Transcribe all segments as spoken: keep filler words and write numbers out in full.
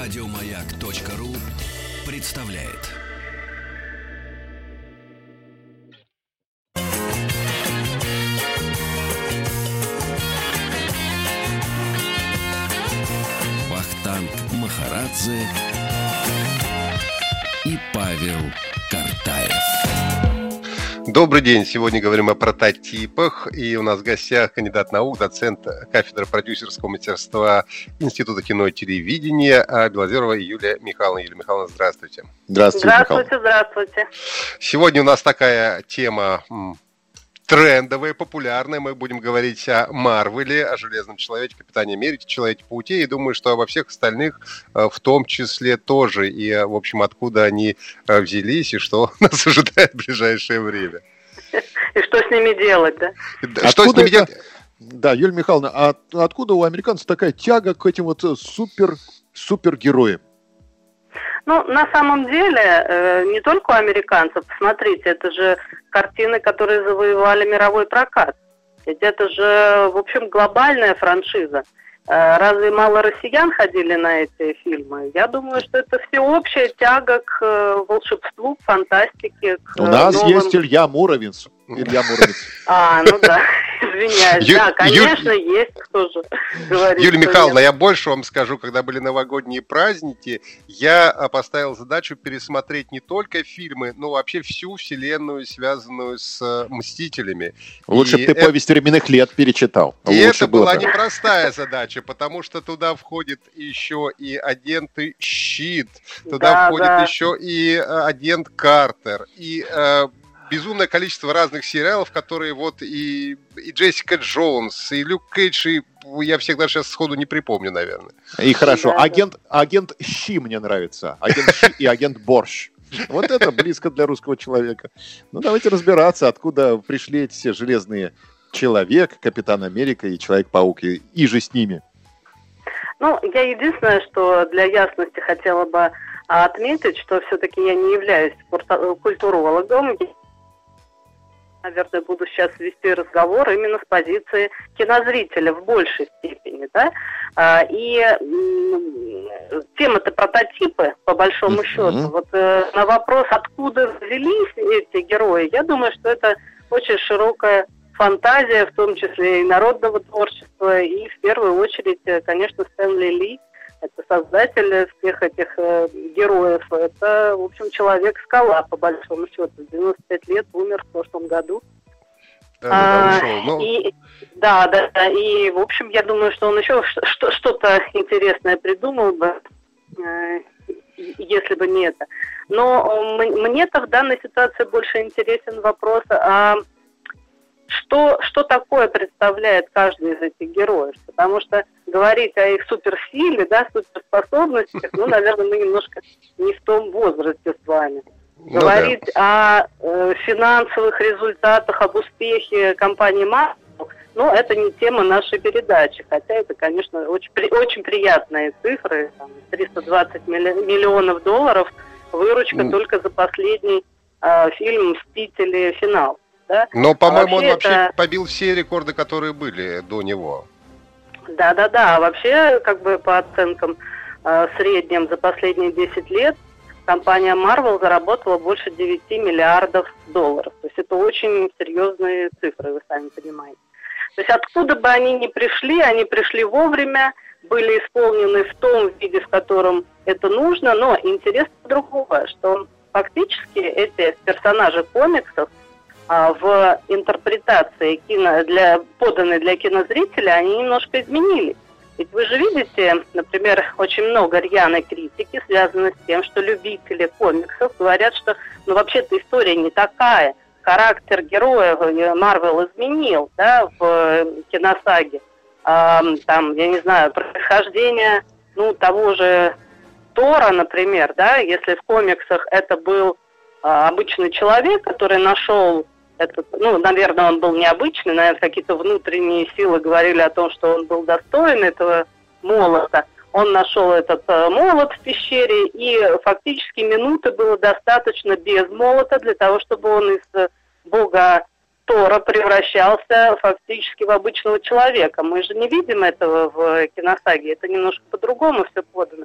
Радиомаяк.ру представляет. Вахтанг Махарадзе и Павел Картаев. Добрый день. Сегодня говорим о прототипах. И у нас в гостях кандидат наук, доцент кафедры продюсерского мастерства Института кино и телевидения Белозерова Юлия Михайловна. Юлия Михайловна, здравствуйте. Здравствуйте, здравствуйте, здравствуйте. Сегодня у нас такая тема трендовая, популярная. Мы будем говорить о Марвеле, о Железном Человеке, Капитане Америке, Человеке-пауке. И думаю, что обо всех остальных в том числе тоже. И, в общем, откуда они взялись и что нас ожидает в ближайшее время. И что с ними делать, да? Что с ними делать? Да, Юлия Михайловна, а откуда у американцев такая тяга к этим вот супер, супергероям? Ну, на самом деле, э, не только у американцев. Посмотрите, это же картины, которые завоевали мировой прокат. Ведь это же, в общем, глобальная франшиза. Э, разве мало россиян ходили на эти фильмы? Я думаю, что это всеобщая тяга к э, волшебству, к фантастике. К, у нас новым... есть Илья Муромец. Илья Муромец. А, ну да, извиняюсь. Да, конечно, есть, кто же говорит. Юлия Михайловна, я больше вам скажу, когда были новогодние праздники, я поставил задачу пересмотреть не только фильмы, но вообще всю вселенную, связанную с «Мстителями». Лучше бы ты «Повесть временных лет» перечитал. И это была непростая задача, потому что туда входит еще и агенты Щит, туда входит еще и агент Картер, и безумное количество разных сериалов, которые вот и, и Джессика Джонс, и Люк Кейдж, и я всех даже сейчас сходу не припомню, наверное. И хорошо, да, агент, да. агент Щи мне нравится, агент Щи и агент Борщ. Вот это близко для русского человека. Ну, давайте разбираться, откуда пришли эти все железные Человек, Капитан Америка и Человек-паук, и, и же с ними. Ну, я единственное, что для ясности хотела бы отметить, что все-таки я не являюсь культурологом. Наверное, буду сейчас вести разговор именно с позиции кинозрителя в большей степени, да, и тема-то прототипы, по большому mm-hmm. счету, вот на вопрос, откуда взялись эти герои, я думаю, что это очень широкая фантазия, в том числе и народного творчества, и в первую очередь, конечно, Стэнли Ли. Это создатель всех этих э, героев. Это, в общем, Человек-скала, по большому счету. В девяносто пять лет умер в прошлом году. Да, а, ушел, но... и, да, да, да. И, в общем, я думаю, что он еще что- что-то интересное придумал бы, э, если бы не это. Но м- мне-то в данной ситуации больше интересен вопрос, а Что, что такое представляет каждый из этих героев? Потому что говорить о их суперсиле, да, суперспособностях, ну, наверное, мы немножко не в том возрасте с вами. Ну, говорить да. о э, финансовых результатах, об успехе компании Marvel, ну, это не тема нашей передачи. Хотя это, конечно, очень, очень приятные цифры. Там, триста двадцать миллионов долларов выручка mm. только за последний э, фильм «Мстители. Финал». Да? Но, по-моему, а вообще он вообще это... побил все рекорды, которые были до него. Да-да-да. Вообще, как бы по оценкам э, средним за последние десять лет компания Marvel заработала больше девять миллиардов долларов. То есть это очень серьезные цифры, вы сами понимаете. То есть откуда бы они ни пришли, они пришли вовремя, были исполнены в том виде, в котором это нужно. Но интересно другое, что фактически эти персонажи комиксов в интерпретации кино для, поданной для кинозрителя, они немножко изменились. Ведь вы же видите, например, очень много рьяной критики, связанной с тем, что любители комиксов говорят, что ну вообще-то история не такая. Характер героев Марвел изменил, да, в киносаге. А, там, я не знаю, происхождение, ну, того же Тора, например, да, если в комиксах это был а, обычный человек, который нашел этот, ну, наверное, он был необычный, наверное, какие-то внутренние силы говорили о том, что он был достоин этого молота. Он нашел этот э, молот в пещере, и фактически минуты было достаточно без молота для того, чтобы он из э, бога Тора превращался фактически в обычного человека. Мы же не видим этого в киносаге, это немножко по-другому все подано.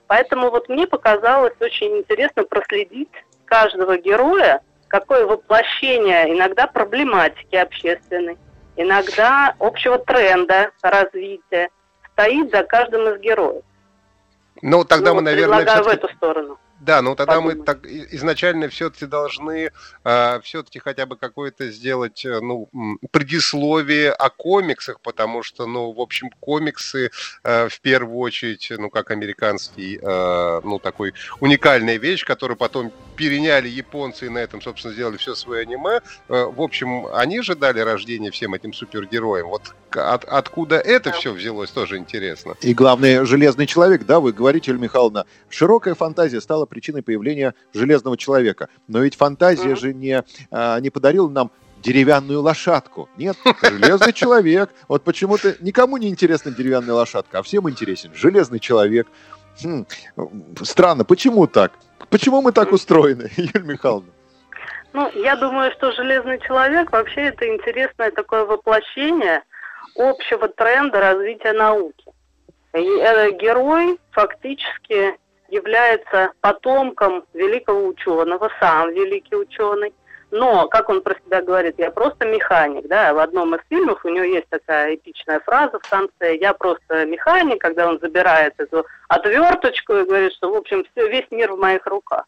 Поэтому вот мне показалось очень интересно проследить каждого героя, какое воплощение иногда проблематики общественной, иногда общего тренда развития стоит за каждым из героев. Ну, тогда ну, мы, вот наверное, предлагаю все-таки... в эту сторону. Да, ну тогда подумать. мы так изначально все-таки должны э, все-таки хотя бы какое-то сделать ну, предисловие о комиксах, потому что, ну, в общем, комиксы э, в первую очередь, ну, как американский, э, ну, такой уникальная вещь, которую потом переняли японцы и на этом, собственно, сделали все свое аниме. Э, в общем, они же дали рождение всем этим супергероям. Вот от, откуда это все взялось, тоже интересно. И главное, Железный человек, да, вы говорите, Юлия Михайловна, широкая фантазия стала причиной появления Железного человека. Но ведь фантазия mm-hmm. же не, а, не подарила нам деревянную лошадку. Нет, Железный человек. Вот почему-то никому не интересна деревянная лошадка, а всем интересен Железный человек. Хм, странно, почему так? Почему мы так устроены, Юлия Михайловна? Ну, я думаю, что Железный человек вообще это интересное такое воплощение общего тренда развития науки. И этот герой фактически является потомком великого ученого, сам великий ученый. Но, как он про себя говорит, я просто механик, да, в одном из фильмов у него есть такая эпичная фраза в конце, я просто механик, когда он забирает эту отверточку и говорит, что, в общем, все, весь мир в моих руках.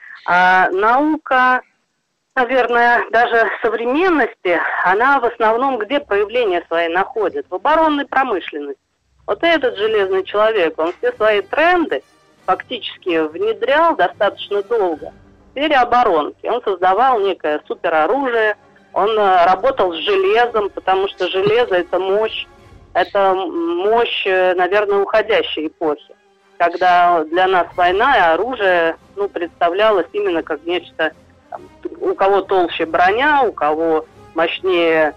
А наука, наверное, даже современности, она в основном где проявление свои находит? В оборонной промышленности. Вот этот Железный человек, он все свои тренды фактически внедрял достаточно долго в сфере оборонки. Он создавал некое супероружие, он работал с железом, потому что железо – это мощь, это мощь, наверное, уходящей эпохи, когда для нас война и оружие ну, представлялось именно как нечто, там, у кого толще броня, у кого мощнее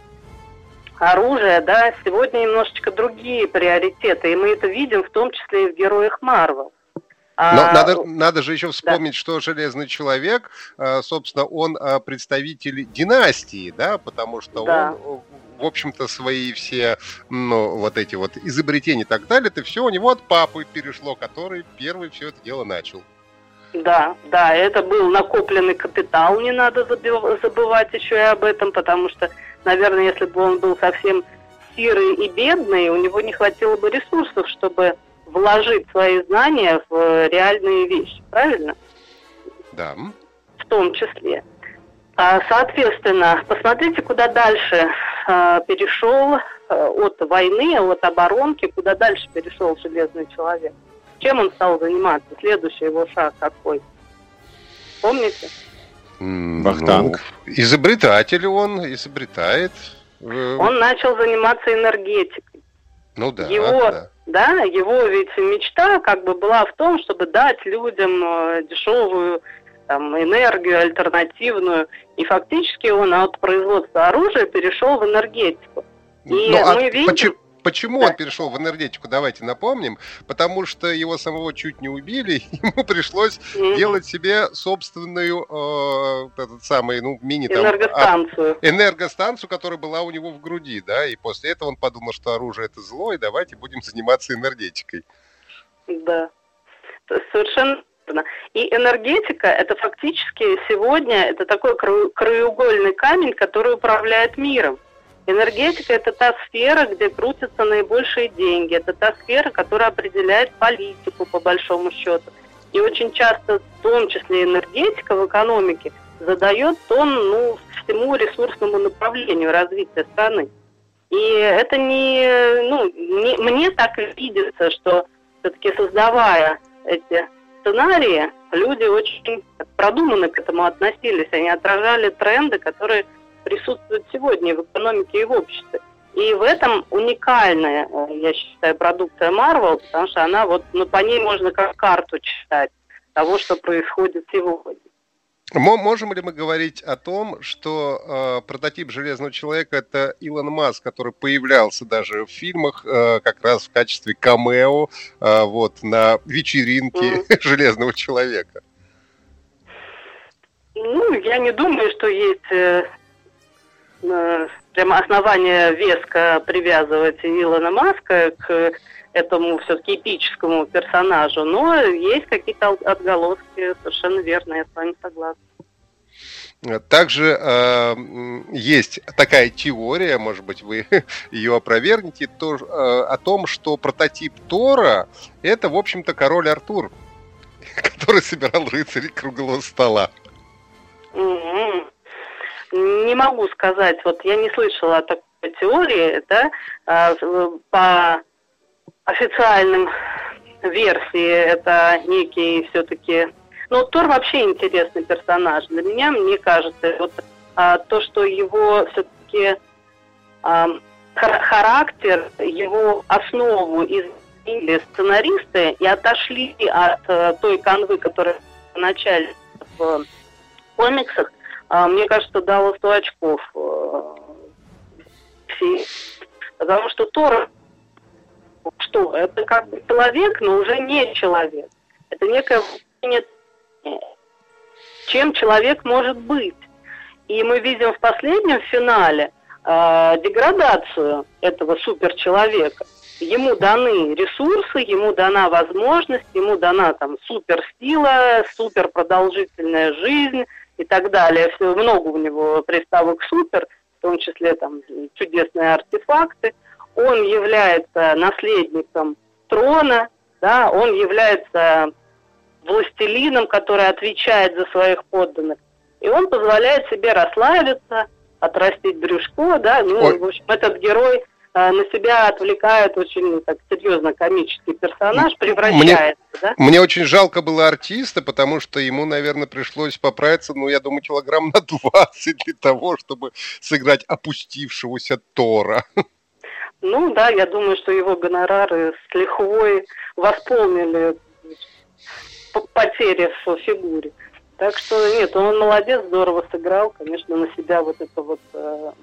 оружие, да, сегодня немножечко другие приоритеты, и мы это видим в том числе и в героях Марвел. Но а, надо, надо же еще вспомнить, да. что Железный человек, собственно, он представитель династии, да, потому что да. он, в общем-то, свои все, ну, вот эти вот изобретения и так далее, это все у него от папы перешло, который первый все это дело начал. Да, да, это был накопленный капитал, не надо забывать еще и об этом, потому что, наверное, если бы он был совсем сирый и бедный, у него не хватило бы ресурсов, чтобы вложить свои знания в реальные вещи, правильно? Да. В том числе. Соответственно, посмотрите, куда дальше перешел от войны, от оборонки, куда дальше перешел Железный человек. Чем он стал заниматься? Следующий его шаг какой? Помните? Вахтанг. Ну, изобретатель он, изобретает. Он начал заниматься энергетикой. Ну да, его, да. да, его ведь мечта как бы была в том, чтобы дать людям дешевую там, энергию альтернативную. И фактически он от производства оружия перешел в энергетику. И ну, мы а видим... Почему, почему да. он перешел в энергетику? Давайте напомним. Потому что его самого чуть не убили, ему пришлось mm-hmm. делать себе собственную э, этот самый, ну, мини там, энергостанцию. А, энергостанцию, которая была у него в груди, да, и после этого он подумал, что оружие это зло, и давайте будем заниматься энергетикой. Да, совершенно верно. И энергетика это фактически сегодня это такой краеугольный камень, который управляет миром. Энергетика – это та сфера, где крутятся наибольшие деньги. Это та сфера, которая определяет политику, по большому счету. И очень часто, в том числе энергетика в экономике, задает тон ну, всему ресурсному направлению развития страны. И это не, ну, не... Мне так видится, что все-таки создавая эти сценарии, люди очень продуманно к этому относились. Они отражали тренды, которые... присутствует сегодня в экономике и в обществе. И в этом уникальная, я считаю, продукция Marvel, потому что она вот, ну, по ней можно как карту читать того, что происходит сегодня. Можем ли мы говорить о том, что э, прототип Железного человека это Илон Маск, который появлялся даже в фильмах э, как раз в качестве камео э, вот, на вечеринке mm. Железного человека? Ну, я не думаю, что есть... Э, прямо основания веско привязывать Илона Маска к этому все-таки эпическому персонажу, но есть какие-то отголоски, совершенно верно, я с вами согласна. Также э, есть такая теория, может быть, вы ее опровергнете, то, э, о том, что прототип Тора — это, в общем-то, король Артур, который собирал рыцарей круглого стола. Mm-hmm. Не могу сказать, вот я не слышала о такой теории, да, по официальным версиям это некий все-таки... Ну, Тор вообще интересный персонаж. Для меня, мне кажется, вот а, то, что его все-таки а, характер, его основу изменили сценаристы и отошли от а, той канвы, которая в начале в комиксах, а, мне кажется, дало сто очков. А, потому что Тор, что? Это как бы человек, но уже не человек. Это некое чем человек может быть. И мы видим в последнем финале э, деградацию этого суперчеловека. Ему даны ресурсы, ему дана возможность, ему дана там суперсила, суперпродолжительная жизнь и так далее. Все, много у него приставок супер, в том числе там чудесные артефакты. Он является наследником трона, да, он является властелином, который отвечает за своих подданных. И он позволяет себе расслабиться, отрастить брюшко, да, ну, Ой. в общем, этот герой э, на себя отвлекает очень так серьезно комический персонаж, превращается, мне, да. Мне очень жалко было артиста, потому что ему, наверное, пришлось поправиться, ну, я думаю, килограмм на двадцать для того, чтобы сыграть опустившегося Тора. Ну, да, я думаю, что его гонорары с лихвой восполнили потери в фигуре. Так что нет, он молодец, здорово сыграл, конечно, на себя вот это вот... Э...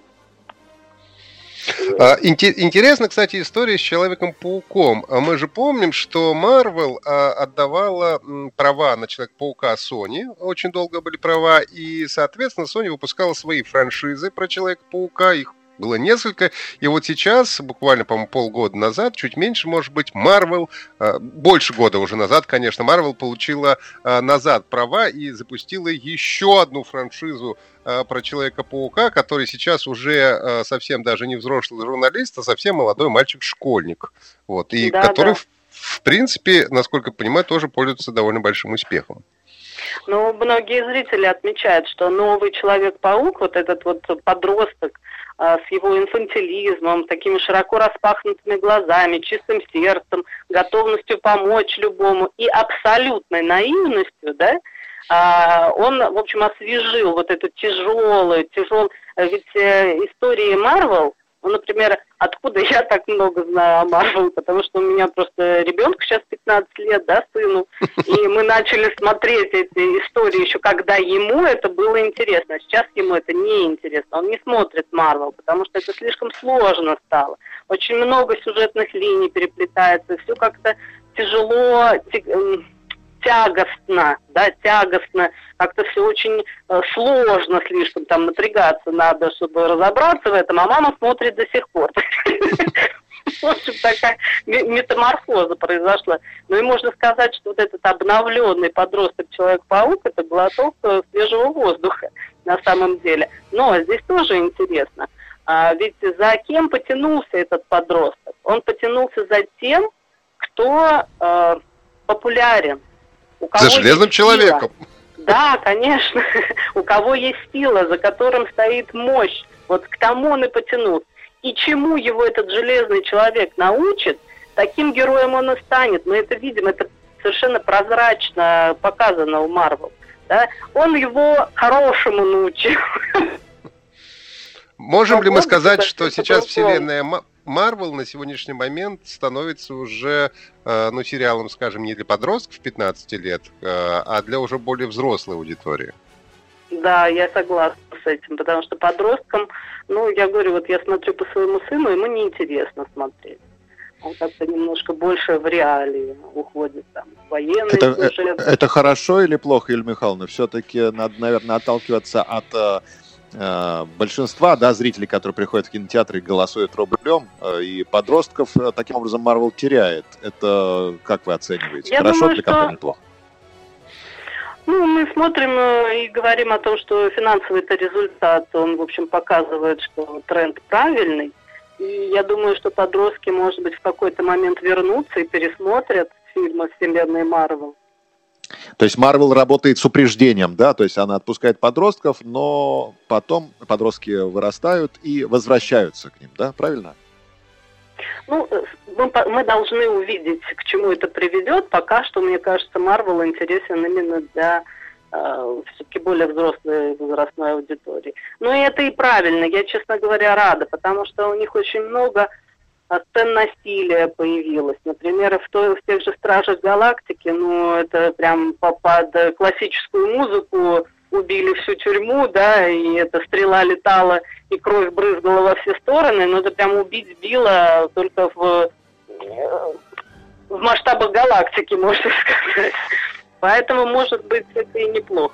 Интересно, кстати, история с Человеком-пауком. Мы же помним, что Marvel отдавала права на Человека-паука Sony, очень долго были права, и, соответственно, Sony выпускала свои франшизы про Человека-паука, их было несколько, и вот сейчас, буквально, по-моему, полгода назад, чуть меньше, может быть, Marvel, больше года уже назад, конечно, Marvel получила назад права и запустила еще одну франшизу про Человека-паука, который сейчас уже совсем даже не взрослый журналист, а совсем молодой мальчик-школьник, вот, и да, который, да. в принципе, насколько я понимаю, тоже пользуется довольно большим успехом. Ну, многие зрители отмечают, что новый Человек-паук, вот этот вот подросток, с его инфантилизмом, такими широко распахнутыми глазами, чистым сердцем, готовностью помочь любому и абсолютной наивностью, да, он, в общем, освежил вот эту тяжелую, тяжелую, ведь истории Marvel, ну, например, откуда я так много знаю о Marvel, потому что у меня просто ребенку сейчас пятнадцать лет, да, сыну, и мы начали смотреть эти истории еще, когда ему это было интересно, а сейчас ему это не интересно, он не смотрит Marvel, потому что это слишком сложно стало, очень много сюжетных линий переплетается, все как-то тяжело, тягостно, да, тягостно, как-то все очень э, сложно слишком, там напрягаться надо, чтобы разобраться в этом, а мама смотрит до сих пор. В общем, такая метаморфоза произошла. Ну и можно сказать, что вот этот обновленный подросток Человек-паук — это глоток свежего воздуха на самом деле. Но здесь тоже интересно, а ведь за кем потянулся этот подросток? Он потянулся за тем, кто э, популярен. За железным человеком. Да, конечно. У кого есть сила, за которым стоит мощь. Вот к тому он и потянут. И чему его этот железный человек научит, таким героем он и станет. Мы это видим, это совершенно прозрачно показано у Marvel. Да? Он его хорошему научил. Можем ли мы сказать, что сейчас вселенная Marvel на сегодняшний момент становится уже, ну, сериалом, скажем, не для подростков пятнадцати лет, а для уже более взрослой аудитории? Да, я согласна с этим, потому что подросткам, ну, я говорю, вот я смотрю по своему сыну, ему неинтересно смотреть. Он как-то немножко больше в реалии уходит, там, военные это, сюжеты. Это хорошо или плохо, Юлия Михайловна? Все-таки надо, наверное, отталкиваться от э, большинства, да, зрителей, которые приходят в кинотеатр и голосуют рублем, э, и подростков э, таким образом Marvel теряет. Это как вы оцениваете? Я Хорошо думаю, для что... компании, плохо? Ну, мы смотрим э, и говорим о том, что финансовый-то результат, он, в общем, показывает, что тренд правильный. И я думаю, что подростки, может быть, в какой-то момент вернутся и пересмотрят фильмы вселенной Марвел. То есть Marvel работает с упреждением, да, то есть она отпускает подростков, но потом подростки вырастают и возвращаются к ним, да, правильно? Ну, мы, мы должны увидеть, к чему это приведет. Пока что, мне кажется, Marvel интересен именно для э, все-таки более взрослой возрастной аудитории. Ну, и это и правильно, я, честно говоря, рада, потому что у них очень много сцен насилия появилось. Например, в, той, в тех же «Стражах Галактики», ну, это прям под классическую музыку убили всю тюрьму, да, и эта стрела летала, и кровь брызгала во все стороны, но это прям убить било только в, в масштабах галактики, можно сказать. Поэтому, может быть, это и неплохо.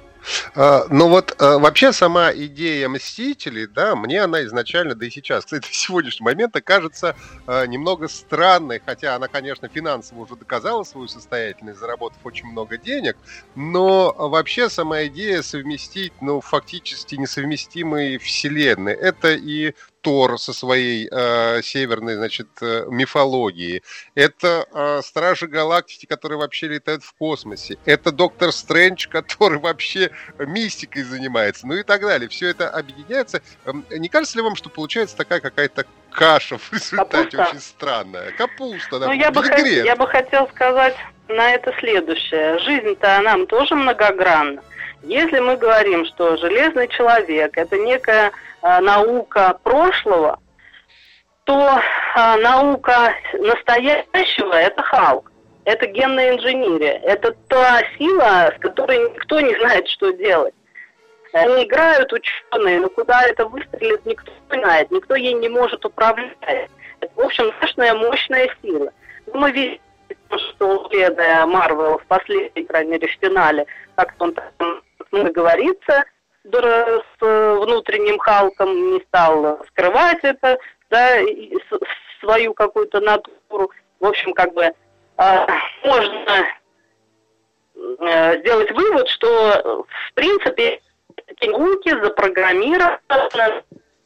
Ну вот вообще сама идея «Мстителей», да, мне она изначально, да и сейчас, кстати, до сегодняшнего момента кажется немного странной, хотя она, конечно, финансово уже доказала свою состоятельность, заработав очень много денег, но вообще сама идея совместить, ну, фактически несовместимые вселенные. Это и Тор со своей э, северной, значит, э, мифологией. Это э, Стражи Галактики, которые вообще летают в космосе. Это Доктор Стрэндж, который вообще мистикой занимается. Ну и так далее. Все это объединяется. Э, не кажется ли вам, что получается такая какая-то каша в результате? Капуста. Очень странная? Капуста, да, ну, я, бы хот... я бы хотел сказать на это следующее. Жизнь-то она тоже многогранна. Если мы говорим, что Железный человек – это некая э, наука прошлого, то э, наука настоящего – это Халк, это генная инженерия, это та сила, с которой никто не знает, что делать. Они играют ученые, но куда это выстрелит, никто не знает, никто ей не может управлять. Это, в общем, страшная мощная сила. Но мы видим, что следуя Марвел в последней, по крайней мере, в финале, как он там договориться с внутренним Халком, не стал скрывать это, да, свою какую-то натуру. В общем, как бы э, можно э, сделать вывод, что в принципе эти науки запрограммированы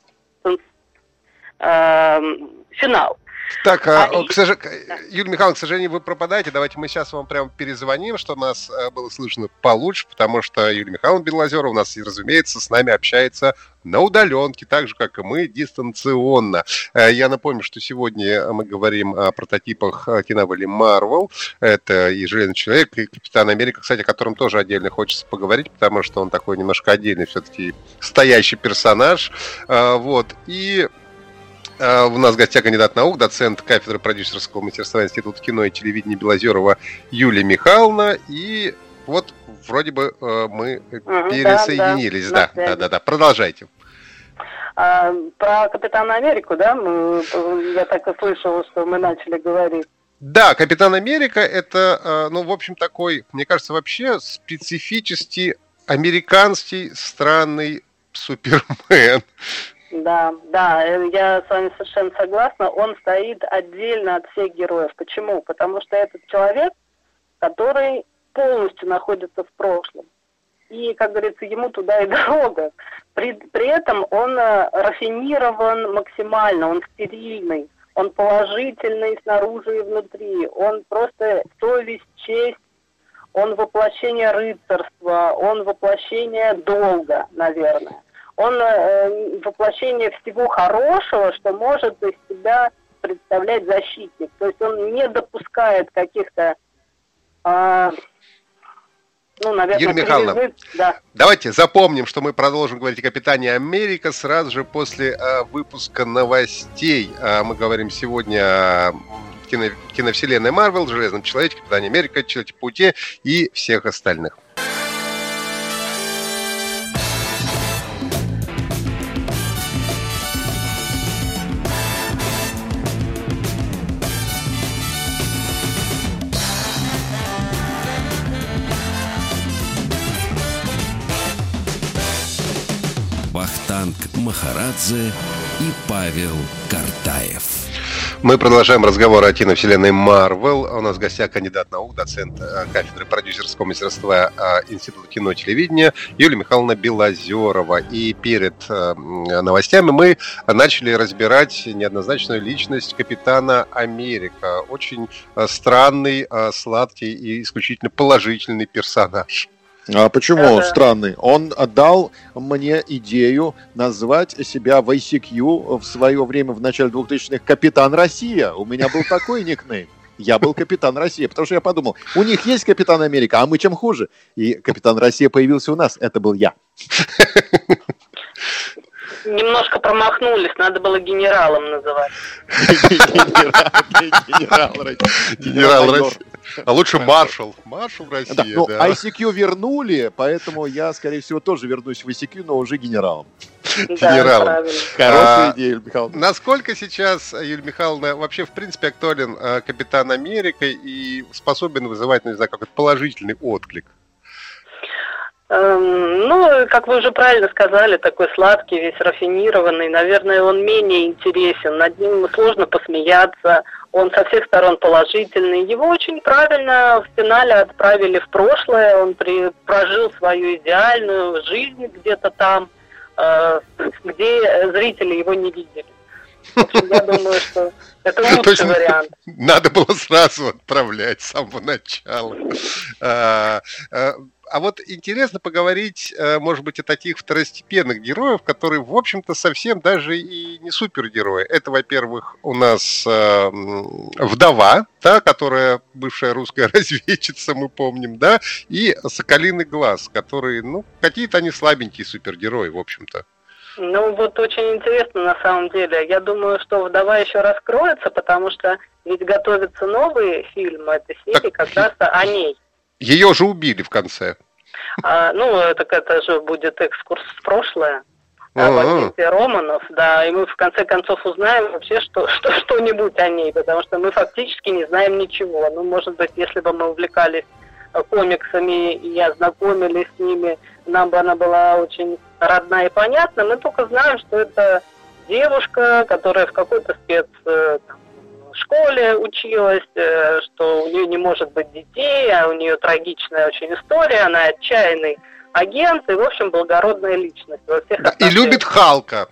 э, финал. Так, а, к сож... Юлия Михайловна, к сожалению, вы пропадаете. Давайте мы сейчас вам прямо перезвоним, чтобы нас было слышно получше, потому что Юлия Михайловна Белозерова у нас, разумеется, с нами общается на удаленке, так же, как и мы, дистанционно. Я напомню, что сегодня мы говорим о прототипах киновыли Marvel. Это и Железный человек, и Капитан Америка, кстати, о котором тоже отдельно хочется поговорить, потому что он такой немножко отдельный все-таки стоящий персонаж. Вот. И у нас в гостях кандидат наук, доцент кафедры продюсерского мастерства Института кино и телевидения Белозерова Юлия Михайловна. И вот вроде бы мы угу, пересоединились. Да, да, да, да, да. Продолжайте. А, про Капитана Америку, да? Мы, я так и слышала, что мы начали говорить. Да, Капитан Америка — это, ну, в общем, такой, мне кажется, вообще специфически американский странный Супермен. Да, да, я с вами совершенно согласна. Он стоит отдельно от всех героев. Почему? Потому что этот человек, который полностью находится в прошлом. И, как говорится, ему туда и дорога. При, при этом он рафинирован максимально, он стерильный, он положительный снаружи и внутри. Он просто совесть, честь, он воплощение рыцарства, он воплощение долга, наверное. Он э, воплощение всего хорошего, что может из себя представлять защитник. То есть он не допускает каких-то, э, ну, наверное, Юлия Михайловна, да. Давайте запомним, что мы продолжим говорить о Капитане Америка сразу же после э, выпуска новостей. Э, мы говорим сегодня о кино, киновселенной Марвел, Железном человеке, Капитане Америка, Человеке-пауке и всех остальных. Вахтанг Махарадзе и Павел Картаев. Мы продолжаем разговор о киновселенной Марвел. У нас в гостях кандидат наук, доцент кафедры продюсерского мастерства Института кино и телевидения Юлия Михайловна Белозерова. И перед новостями мы начали разбирать неоднозначную личность Капитана Америка. Очень странный, сладкий и исключительно положительный персонаж. А почему он странный? Он дал мне идею назвать себя в ай си кью в свое время, в начале двухтысячных, Капитан Россия. У меня был такой никнейм. Я был Капитан Россия, потому что я подумал, у них есть Капитан Америка, а мы чем хуже? И Капитан Россия появился у нас, это был я. Немножко промахнулись, надо было генералом называть. Генерал России. А лучше маршал. Маршал России, да. Ну, ай си кью вернули, поэтому я, скорее всего, тоже вернусь в ай си кью, но уже генералом. Генералом. Хорошая идея, Юлия Михайловна. Насколько сейчас, Юлия Михайловна, вообще, в принципе, актуален Капитан Америка и способен вызывать, ну, не знаю, какой-то положительный отклик? Ну, как вы уже правильно сказали, такой сладкий, весь рафинированный. Наверное, он менее интересен. Над ним сложно посмеяться. Он со всех сторон положительный. Его очень правильно в финале отправили в прошлое. Он при, прожил свою идеальную жизнь где-то там, э, где зрители его не видели. В общем, я думаю, что это лучший вариант. Надо было сразу отправлять с самого начала. А вот интересно поговорить, может быть, о таких второстепенных героях, которые, в общем-то, совсем даже и не супергерои. Это, во-первых, у нас э, вдова, да, которая бывшая русская разведчица, мы помним, да, и Соколиный глаз, которые, ну, какие-то они слабенькие супергерои, в общем-то. Ну, вот очень интересно на самом деле. Я думаю, что «Вдова» еще раскроется, потому что ведь готовятся новые фильмы этой серии, как раз о ней. Ее же убили в конце. А, ну, так это же будет экскурс в прошлое. Агенте Романов, да, и мы в конце концов узнаем вообще что, что, что-нибудь о ней, потому что мы фактически не знаем ничего. Ну, может быть, если бы мы увлекались комиксами и ознакомились с ними, нам бы она была очень родная и понятна. Мы только знаем, что это девушка, которая в какой-то спец там, школе училась, что у нее не может быть детей, а у нее трагичная очень история, она отчаянный агент и, в общем, благородная личность. Во всех да, и любит Халка.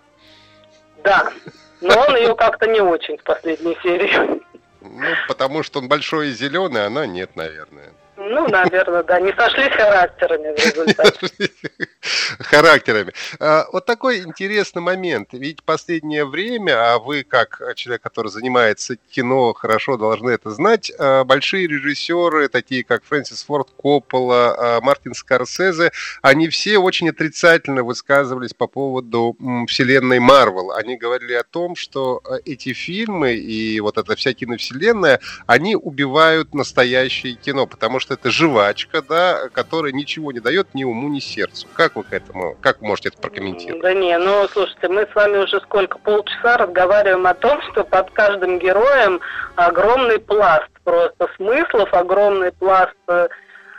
Да, но он ее как-то не очень в последней серии. Ну, потому что он большой и зеленый, а она нет, наверное. Ну, наверное, да. Не сошлись характерами в результате. Характерами. Вот такой интересный момент. Ведь последнее время, а вы, как человек, который занимается кино, хорошо должны это знать, большие режиссеры, такие как Фрэнсис Форд Коппола, Мартин Скорсезе, они все очень отрицательно высказывались по поводу вселенной Марвел. Они говорили о том, что эти фильмы и вот эта вся киновселенная, они убивают настоящее кино, потому что это жвачка, да, которая ничего не дает ни уму, ни сердцу. Как вы к этому, как вы можете это прокомментировать? Да не, ну, слушайте, мы с вами уже сколько, полчаса разговариваем о том, что под каждым героем огромный пласт просто смыслов, огромный пласт э,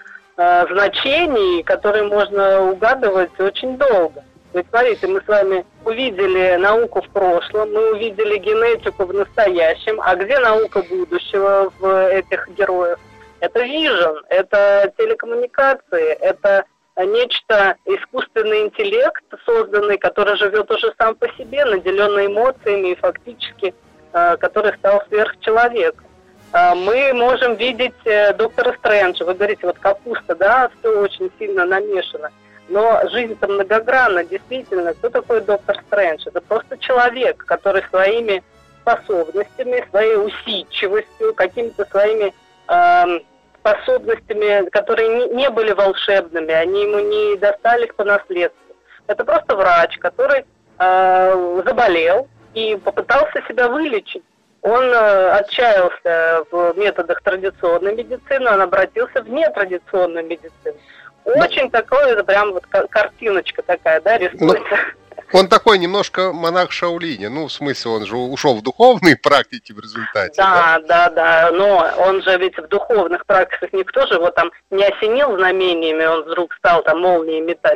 значений, которые можно угадывать очень долго. Ведь смотрите, мы с вами увидели науку в прошлом, мы увидели генетику в настоящем, а где наука будущего в этих героях? Это вижн, это телекоммуникации, это нечто, искусственный интеллект созданный, который живет уже сам по себе, наделенный эмоциями и фактически, э, который стал сверхчеловеком. Э, мы можем видеть э, доктора Стрэнджа. Вы говорите, вот капуста, да, все очень сильно намешано. Но жизнь-то многогранна, действительно. Кто такой доктор Стрэндж? Это просто человек, который своими способностями, своей усидчивостью, какими-то своими э, способностями, которые не, не были волшебными, они ему не достались по наследству. Это просто врач, который э, заболел и попытался себя вылечить. Он э, отчаялся в методах традиционной медицины, он обратился в нетрадиционную медицину. Очень такое, это прям вот картиночка такая, да, рисуется. Он такой немножко монах Шаолиня, ну, в смысле, он же ушел в духовные практики в результате. Да, да, да, да, но он же ведь в духовных практиках никто же его там не осенил знамениями, он вдруг стал там молнии метать.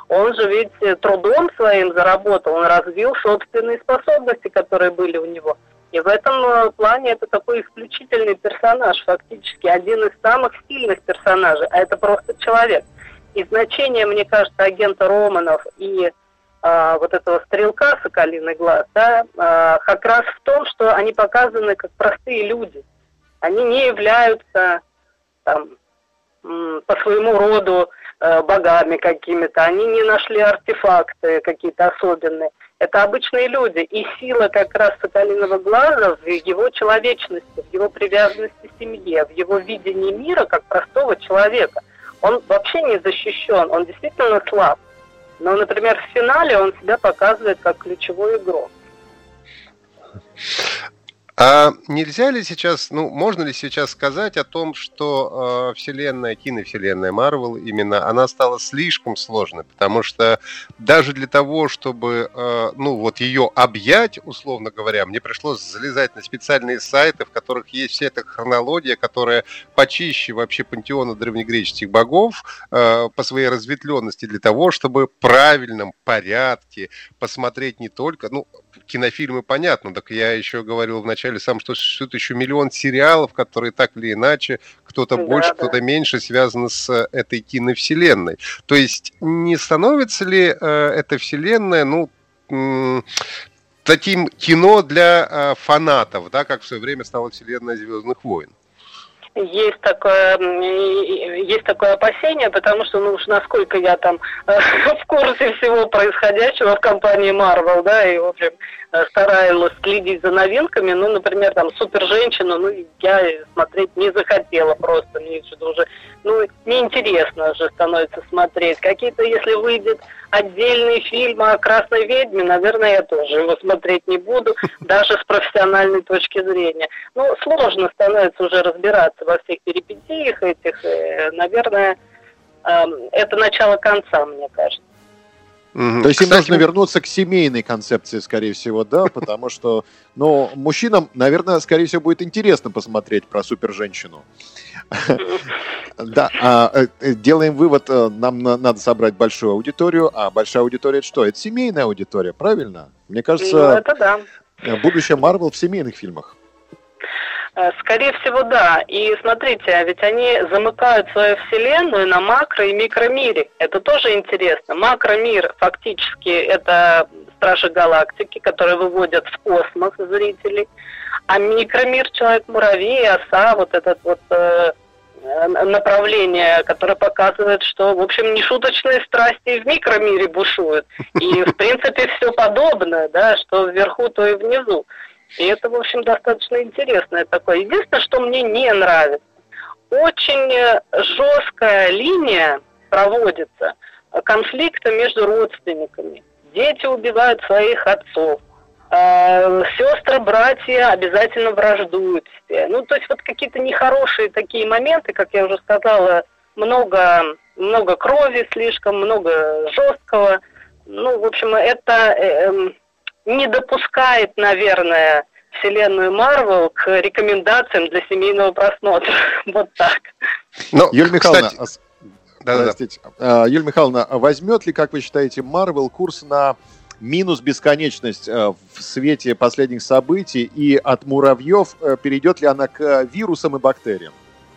Он же ведь трудом своим заработал, он развил собственные способности, которые были у него. И в этом плане это такой исключительный персонаж, фактически один из самых сильных персонажей, а это просто человек. И значение, мне кажется, агента Романов и а, вот этого стрелка «Соколиный глаз», да, а, как раз в том, что они показаны как простые люди. Они не являются там, по своему роду э, богами какими-то, они не нашли артефакты какие-то особенные. Это обычные люди. И сила как раз «Соколиного глаза» в его человечности, в его привязанности к семье, в его видении мира как простого человека. Он вообще не защищен, он действительно слаб. Но, например, в финале он себя показывает как ключевой игрок. А нельзя ли сейчас, ну, можно ли сейчас сказать о том, что э, вселенная, киновселенная Марвел, именно, она стала слишком сложной, потому что даже для того, чтобы, э, ну, вот ее объять, условно говоря, мне пришлось залезать на специальные сайты, в которых есть вся эта хронология, которая почище вообще пантеона древнегреческих богов э, по своей разветвленности, для того, чтобы в правильном порядке посмотреть не только, ну, кинофильмы, понятно, так я еще говорил вначале сам, что существует еще миллион сериалов, которые так или иначе, кто-то да, больше, да. кто-то меньше связаны с этой киновселенной. То есть не становится ли э, эта вселенная, ну, м- таким кино для э, фанатов, да, как в свое время стала вселенная «Звездных войн»? Есть такое, есть такое опасение, потому что, ну уж насколько я там э, в курсе всего происходящего в компании Marvel, да, и, в общем, стараюсь следить за новинками, ну, например, там, Супер-женщину, ну, я смотреть не захотела просто, мне что-то уже, ну, неинтересно же становится смотреть. Какие-то, если выйдет отдельный фильм о Красной ведьме, наверное, я тоже его смотреть не буду, даже с профессиональной точки зрения. Ну, сложно становится уже разбираться во всех перипетиях этих, наверное, это начало конца, мне кажется. Mm-hmm. То есть им нужно вернуться к семейной концепции, скорее всего, да, потому что, ну, мужчинам, наверное, скорее всего, будет интересно посмотреть про супер-женщину. Да, делаем вывод, нам надо собрать большую аудиторию, а большая аудитория это что? Это семейная аудитория, правильно? Мне кажется, будущее Marvel в семейных фильмах. Скорее всего, да. И смотрите, а ведь они замыкают свою вселенную на макро- и микромире. Это тоже интересно. Макромир фактически это Стражи Галактики, которые выводят в космос зрителей. А микромир, Человек-муравей, Оса, вот этот вот э, направление, которое показывает, что, в общем, нешуточные страсти и в микромире бушуют. И, в принципе, все подобное, да, что вверху, то и внизу. И это, в общем, достаточно интересное такое. Единственное, что мне не нравится, очень жесткая линия проводится конфликта между родственниками. Дети убивают своих отцов, э, сестры, братья обязательно враждуют себе. Ну, то есть вот какие-то нехорошие такие моменты, как я уже сказала, много, много крови слишком, много жесткого. Ну, в общем, это... Э, не допускает, наверное, вселенную Марвел к рекомендациям для семейного просмотра. Вот так. Но, Юлия Михайловна, кстати... простите, Юлия Михайловна, возьмет ли, как вы считаете, Марвел курс на минус бесконечность в свете последних событий, и от муравьев перейдет ли она к вирусам и бактериям?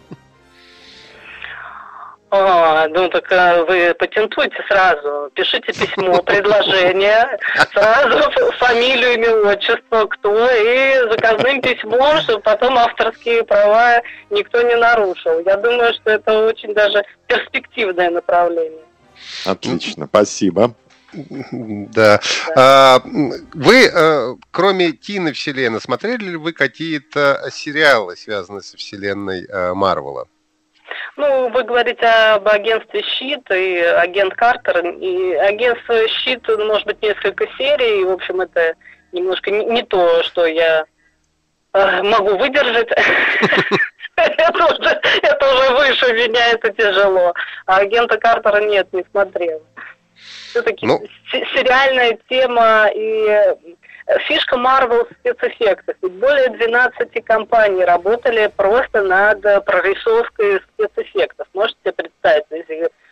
А, ну так вы патентуйте сразу, пишите письмо, предложение, сразу фамилию, имя, отчество, кто, и заказным письмом, чтобы потом авторские права никто не нарушил. Я думаю, что это очень даже перспективное направление. Отлично, спасибо. Да. А, вы, кроме киновселенной, смотрели ли вы какие-то сериалы, связанные со вселенной Марвела? Ну, вы говорите об агентстве «Щит» и агент Картер. И агентство «Щит», может быть, несколько серий. И, в общем, это немножко не, не то, что я э, могу выдержать. Это уже выше меня, это тяжело. А агента Картера нет, не смотрел. Все-таки сериальная тема и... Фишка Marvel в спецэффектах. Более двенадцати компаний работали просто над прорисовкой спецэффектов. Можете себе представить, если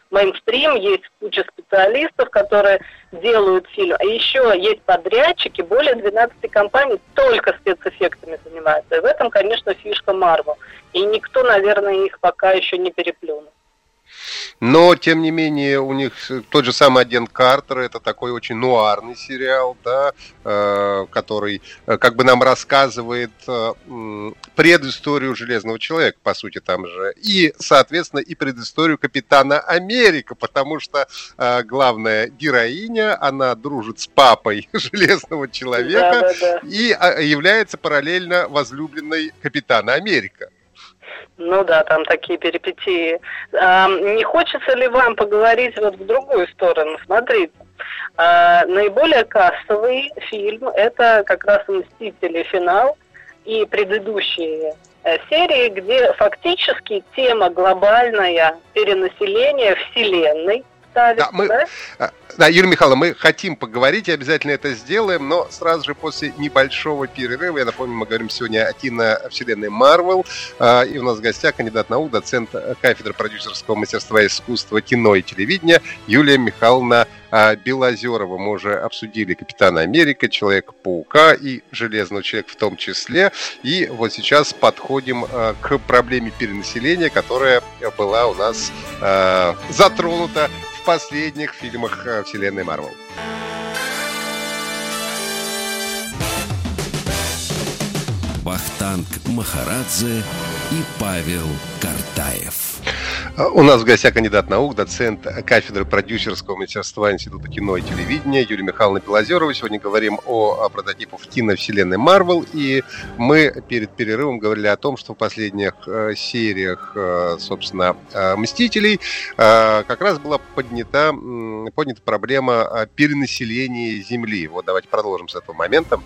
мейнстрим, есть куча специалистов, которые делают фильм. А еще есть подрядчики, более двенадцати компаний только спецэффектами занимаются. И в этом, конечно, фишка Marvel. И никто, наверное, их пока еще не переплюнул. Но, тем не менее, у них тот же самый «Агент Картер», это такой очень нуарный сериал, да, э, который э, как бы нам рассказывает э, предысторию Железного человека, по сути, там же, и, соответственно, и предысторию Капитана Америка, потому что э, главная героиня, она дружит с папой Железного человека, да, да, да. и э, является параллельно возлюбленной Капитана Америка. Ну да, там такие перипетии. А, не хочется ли вам поговорить вот в другую сторону? Смотрите, а, наиболее кассовый фильм – это как раз «Мстители. Финал» и предыдущие серии, где фактически тема глобальная перенаселение Вселенной ставится, да, мы, да? Да, Юлия Михайловна, мы хотим поговорить и обязательно это сделаем, но сразу же после небольшого перерыва, я напомню, мы говорим сегодня о киновселенной Marvel, и у нас в гостях кандидат наук, доцент кафедры продюсерского мастерства и искусства кино и телевидения Юлия Михайловна Белозерова. Мы уже обсудили Капитана Америка, Человека-паука и Железного человека в том числе, и вот сейчас подходим к проблеме перенаселения, которая была у нас затронута в последних фильмах вселенной Marvel. Вахтанг Махарадзе и Павел Картаев. У нас в гостях кандидат наук, доцент кафедры продюсерского мастерства Института кино и телевидения Юлия Михайловна Белозерова. Сегодня говорим о, о прототипах киновселенной Marvel, и мы перед перерывом говорили о том, что в последних э, сериях, э, собственно, э, «Мстителей» э, как раз была поднята, э, поднята проблема перенаселения Земли. Вот давайте продолжим с этого момента.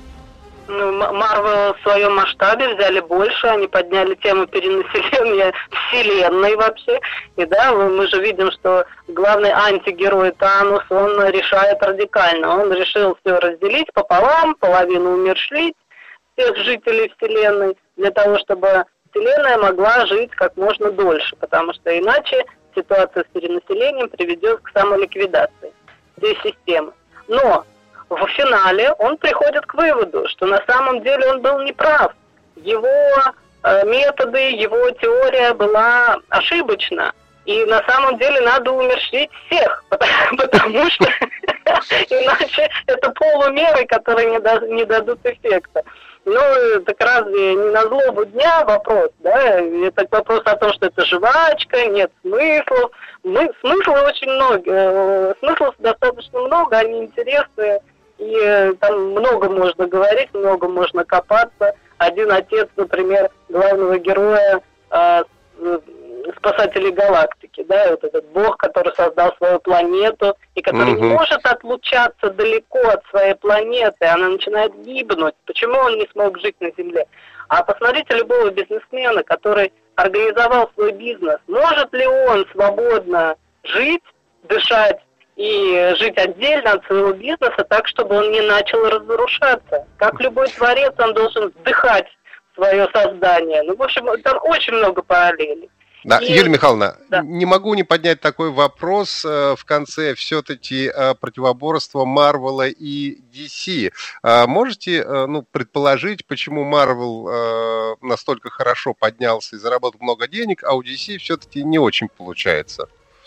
Марвел в своем масштабе взяли больше, они подняли тему перенаселения вселенной вообще. И да, мы же видим, что главный антигерой Танос, он решает радикально. Он решил все разделить пополам, половину умерщвлить всех жителей вселенной, для того, чтобы вселенная могла жить как можно дольше, потому что иначе ситуация с перенаселением приведет к самоликвидации всей системы. Но в финале он приходит к выводу, что на самом деле он был неправ. Его э, методы, его теория была ошибочна. И на самом деле надо умерщвить всех, потому, потому что иначе это полумеры, которые не, да, не дадут эффекта. Ну, так разве не на злобу дня вопрос, да? Это вопрос о том, что это жвачка, нет смыслов. Мы, смыслы очень много, э, смыслов достаточно много, они интересные. И э, там много можно говорить, много можно копаться. Один отец, например, главного героя э, спасателей галактики, да, вот этот бог, который создал свою планету и который угу. не может отлучаться далеко от своей планеты, она начинает гибнуть. Почему он не смог жить на Земле? А посмотрите любого бизнесмена, который организовал свой бизнес. Может ли он свободно жить, дышать и жить отдельно от своего бизнеса так, чтобы он не начал разрушаться? Как любой творец, он должен вдыхать свое создание. Ну, в общем, там очень много параллелей. Да, и... Юлия Михайловна, да. не могу не поднять такой вопрос э, в конце все-таки э, противоборства Марвела и ди си. Э, можете э, ну, предположить, почему Марвел э, настолько хорошо поднялся и заработал много денег, а у ди си все-таки не очень получается?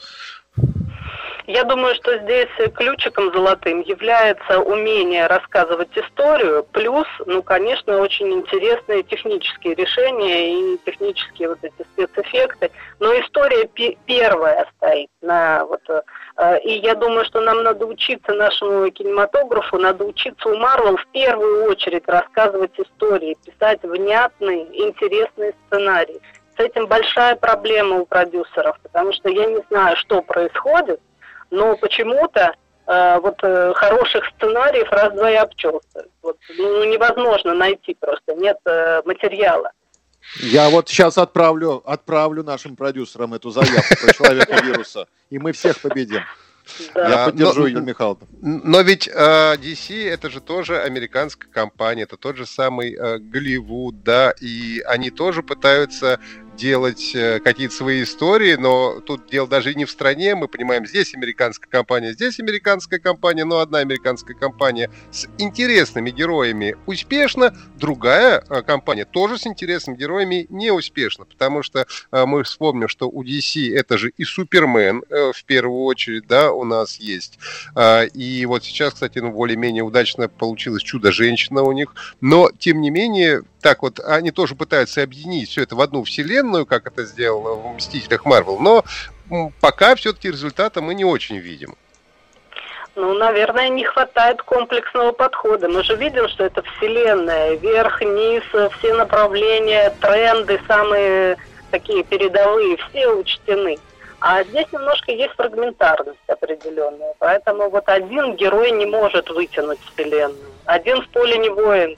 Я думаю, что здесь ключиком золотым является умение рассказывать историю, плюс, ну, конечно, очень интересные технические решения и технические вот эти спецэффекты. Но история пи- первая стоит на вот. Э, и я думаю, что нам надо учиться нашему кинематографу, надо учиться у Marvel в первую очередь рассказывать истории, писать внятные, интересные сценарии. С этим большая проблема у продюсеров, потому что я не знаю, что происходит, но почему-то э, вот э, хороших сценариев раз-два и обчелся. Вот, ну, невозможно найти просто, нет э, материала. Я вот сейчас отправлю, отправлю нашим продюсерам эту заявку про Человека-вируса, и мы всех победим. Да. Я поддержу Юлию Михайловну. Но ведь э, ди си это же тоже американская компания, это тот же самый э, Голливуд, да, и они тоже пытаются делать какие-то свои истории, но тут дело даже и не в стране, мы понимаем, здесь американская компания, здесь американская компания, но одна американская компания с интересными героями успешна, другая компания тоже с интересными героями не успешна, потому что мы вспомним, что у ди си это же и Супермен в первую очередь, да, у нас есть, и вот сейчас, кстати, ну, более-менее удачно получилось Чудо-женщина у них, но, тем не менее, так вот, они тоже пытаются объединить все это в одну вселенную, как это сделано в «Мстителях» Марвел, но пока все-таки результата мы не очень видим. Ну, наверное, не хватает комплексного подхода. Мы же видим, что это вселенная, вверх, низ, все направления, тренды, самые такие передовые, все учтены. А здесь немножко есть фрагментарность определенная. Поэтому вот один герой не может вытянуть вселенную. Один в поле не воин.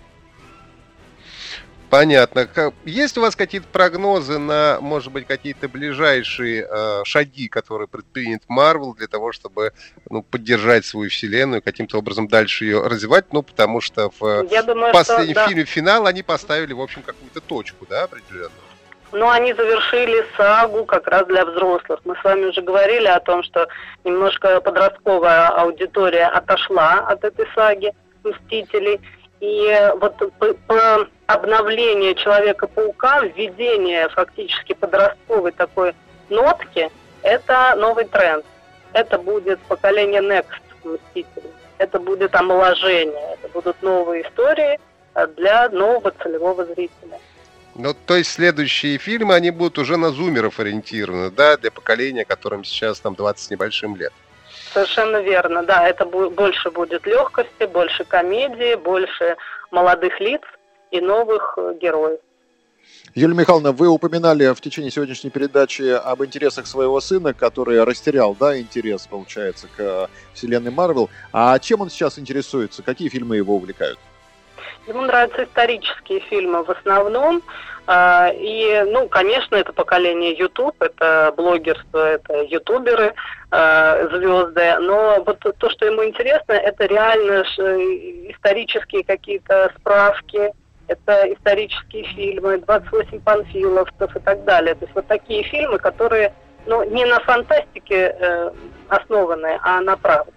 Понятно. Есть у вас какие-то прогнозы на, может быть, какие-то ближайшие э, шаги, которые предпринят Marvel для того, чтобы ну, поддержать свою вселенную, каким-то образом дальше ее развивать? Ну, потому что в думаю, последнем что, фильме да. «Финал» они поставили, в общем, какую-то точку, да, определенную? Ну, они завершили сагу как раз для взрослых. Мы с вами уже говорили о том, что немножко подростковая аудитория отошла от этой саги «Мстителей». И вот по, по обновлению Человека-паука, введение фактически подростковой такой нотки, это новый тренд. Это будет поколение Next Мстителей. Это будет омоложение. Это будут новые истории для нового целевого зрителя. Ну, то есть следующие фильмы, они будут уже на зумеров ориентированы, да, для поколения, которым сейчас там двадцать с небольшим лет. Совершенно верно, да, это бу- больше будет легкости, больше комедии, больше молодых лиц и новых э, героев. Юлия Михайловна, вы упоминали в течение сегодняшней передачи об интересах своего сына, который растерял, да, интерес, получается, к вселенной Марвел. А чем он сейчас интересуется? Какие фильмы его увлекают? Ему нравятся исторические фильмы в основном. И, ну, конечно, это поколение YouTube, это блогерство, это ютуберы, звезды. Но вот то, что ему интересно, это реально исторические какие-то справки, это исторические фильмы, двадцать восемь панфиловцев и так далее. То есть вот такие фильмы, которые, ну, не на фантастике основаны, а на правде.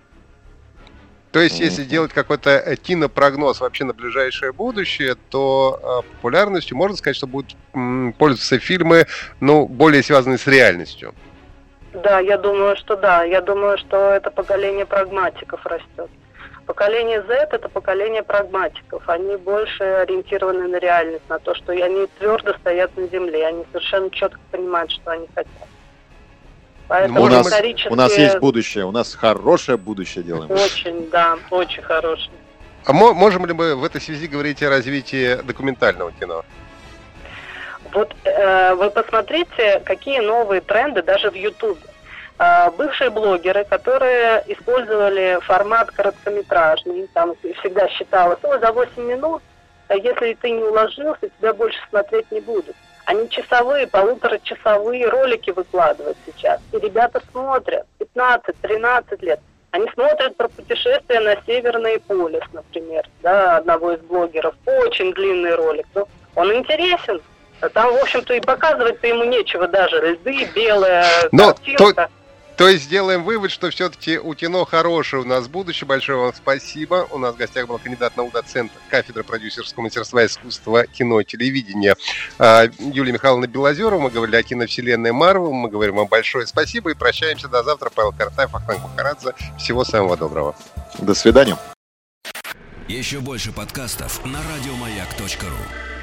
То есть, если делать какой-то кинопрогноз вообще на ближайшее будущее, то э, популярностью можно сказать, что будут м, пользоваться фильмы, ну, более связанные с реальностью. Да, я думаю, что да. Я думаю, что это поколение прагматиков растет. Поколение Z – это поколение прагматиков. Они больше ориентированы на реальность, на то, что они твердо стоят на земле. Они совершенно четко понимают, что они хотят. Поэтому у, нас, исторически... у нас есть будущее, у нас хорошее будущее делаем. Очень, да, очень хорошее. А можем ли мы в этой связи говорить о развитии документального кино? Вот э, вы посмотрите, какие новые тренды даже в Ютубе. Э, бывшие блогеры, которые использовали формат короткометражный, там всегда считалось, ой, за восемь минут, если ты не уложился, тебя больше смотреть не будут. Они часовые, полуторачасовые ролики выкладывают сейчас. И ребята смотрят пятнадцать-тринадцать лет. Они смотрят про путешествие на Северный полюс, например, да, одного из блогеров. Очень длинный ролик. Ну, он интересен. Там, в общем-то, и показывать-то ему нечего даже. Льды, белая картинка. То, то есть сделаем вывод, что все-таки у кино хорошее у нас будущее. Большое вам спасибо. У нас в гостях был кандидат наук, доцент кафедры продюсерского мастерства, искусства, кино и телевидения Юлия Михайловна Белозерова. Мы говорили о киновселенной Марвел. Мы говорим вам большое спасибо и прощаемся до завтра. Павел Картаев, Ахтанг Махарадзе. Всего самого доброго. До свидания. Еще больше подкастов на радиомаяк точка ру.